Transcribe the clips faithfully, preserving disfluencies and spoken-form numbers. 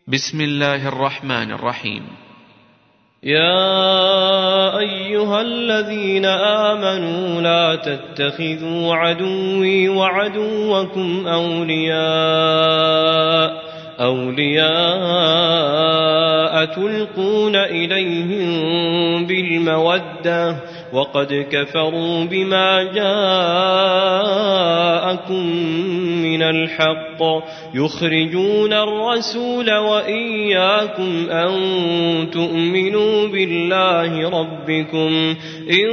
بسم الله الرحمن الرحيم. يا أيها الذين آمنوا لا تتخذوا عدوي وعدوكم أولياء أولياء تلقون إليهم بالمودة وقد كفروا بما جاءكم من الحق يخرجون الرسول وإياكم أن تؤمنوا بالله ربكم إن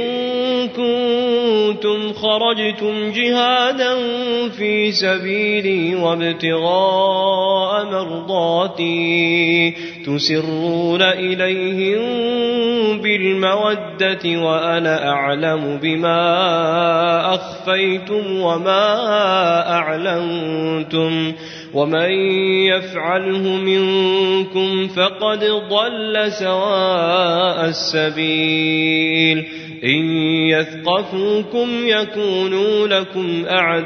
كنتم خرجتم جهادا في سبيلي وابتغاء مرضاتي تسرون إليهم بالمودة وأنا أعلم بما أخفيتم وما أعلنتم ومن يفعله منكم فقد ضل سواء السبيل إن يثقفوكم يكونوا لكم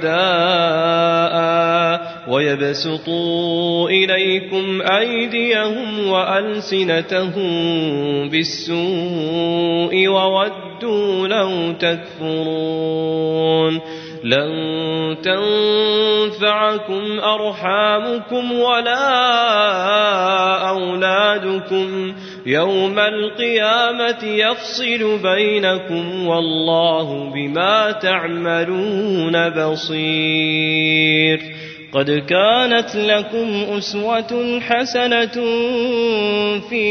أعداء ويبسطوا إليكم أيديهم وألسنتهم بالسوء وودوا لو تكفرون لن تنفعكم أرحامكم ولا أولادكم يوم القيامة يفصل بينكم والله بما تعملون بصير. قد كانت لكم أسوة حسنة في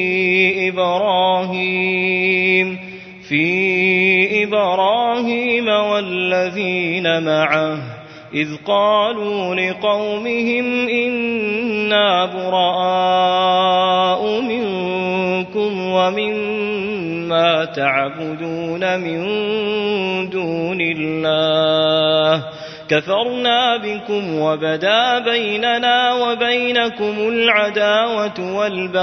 إبراهيم في إبراهيم والذين معه إذ قالوا لقومهم إنا براء منكم ومما تعبدون من دون الله كفرنا بكم وبدا بيننا وبينكم العداوة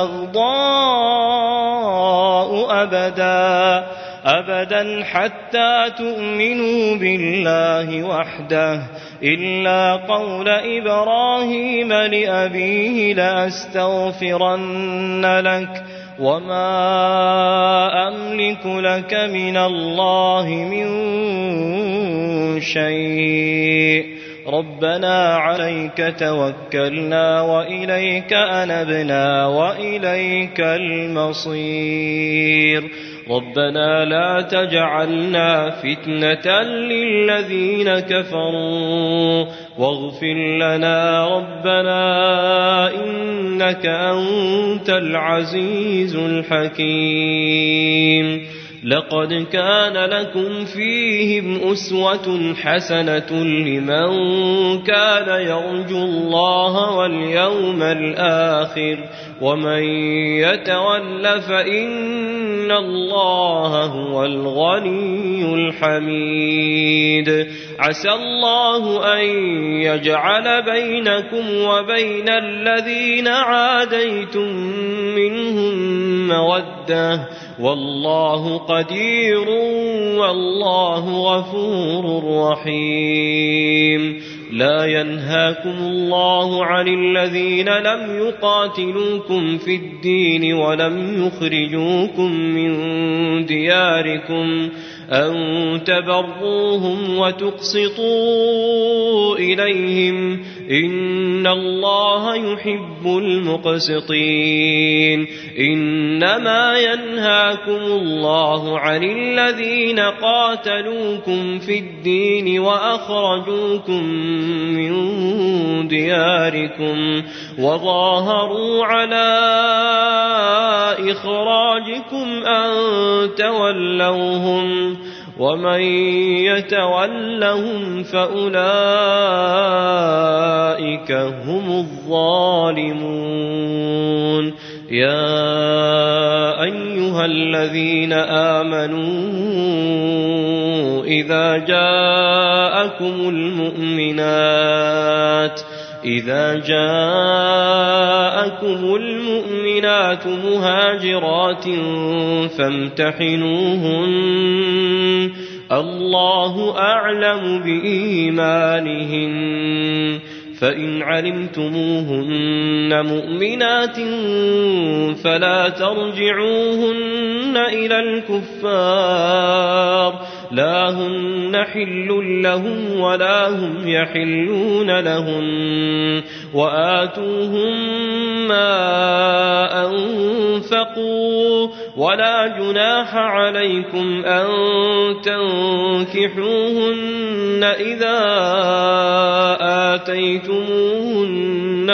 والبغضاء أبدا أبدا حتى تؤمنوا بالله وحده إلا قول إبراهيم لأبيه لأستغفرن لك وما أملك لك من الله من شيء ربنا عليك توكلنا وإليك أنبنا وإليك المصير ربنا لا تجعلنا فتنة للذين كفروا واغفر لنا ربنا إنك أنت العزيز الحكيم. لقد كان لكم فيهم أسوة حسنة لمن كان يرجو الله واليوم الآخر ومن يتول فإن الله هو الغني الحميد. عسى الله أن يجعل بينكم وبين الذين عاديتم منهم مودة والله قدير والله غفور رحيم. لا ينهاكم الله عن الذين لم يقاتلوكم في الدين ولم يخرجوكم من دياركم أن تبروهم وتقسطوا إليهم إن الله يحب المقسطين. إنما ينهاكم الله عن الذين قاتلوكم في الدين وأخرجوكم من دياركم وظاهروا على إخراجكم أن تولوهم ومن يتولهم فأولئك هم الظالمون. يا أيها الذين آمنوا إذا جاءكم المؤمنات إذا جاءكم المؤمنات مهاجرات فامتحنوهن الله أعلم بإيمانهن فإن علمتموهن مؤمنات فلا ترجعوهن إلى الكفار لا هن حل لهم ولا هم يحلون لهن وآتوهم ما أنفقوا ولا جناح عليكم أن تنكحوهن إذا آتيتموهن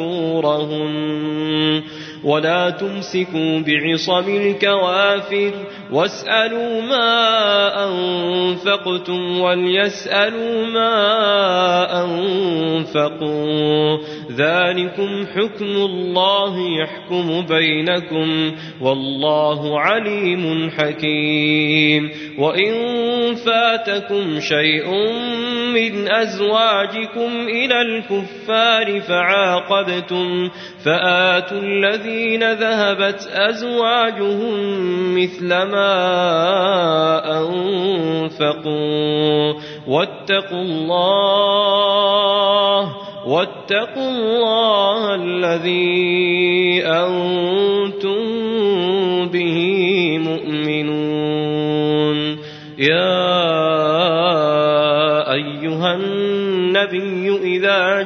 أجورهن ولا تمسكوا بعصم الكوافر واسألوا ما أنفقتم وليسألوا ما أنفقوا ذلكم حكم الله يحكم بينكم والله عليم حكيم وإن فاتكم شيء من أزواجكم إلى الكفار فعاقبتم فآتوا الذين ذهبت أزواجهم مثل ما أنفقوا واتقوا الله واتقوا الله الذي أنتم به مؤمنون يا أيها النبي إذا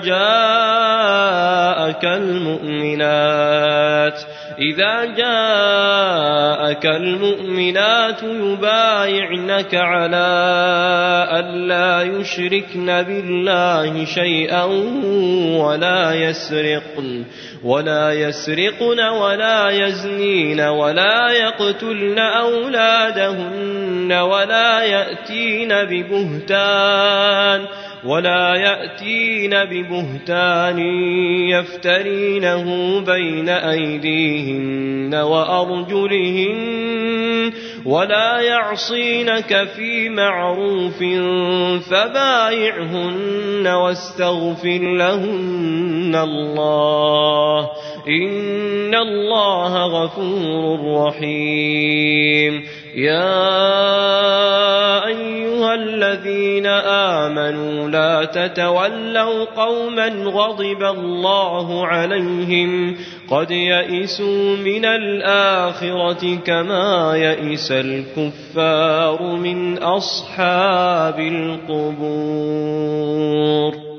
جاءك المؤمنات إذا جاءك المؤمنات يبايعنك على أن لا يشركن بالله شيئا ولا يسرقن ولا يسرقن ولا يزنين ولا يقتلن أولادهن ولا يأتين ببهتان ولا يأتين ببهتان يفترينه بين أيديهن وأرجلهن ولا يعصينك في معروف فبايعهن واستغفر لهن الله إن الله غفور رحيم يا أيها الذين آمنوا لا تتولوا قوما غضب الله عليهم قد يئسوا من الآخرة كما يئس الكفار من أصحاب القبور.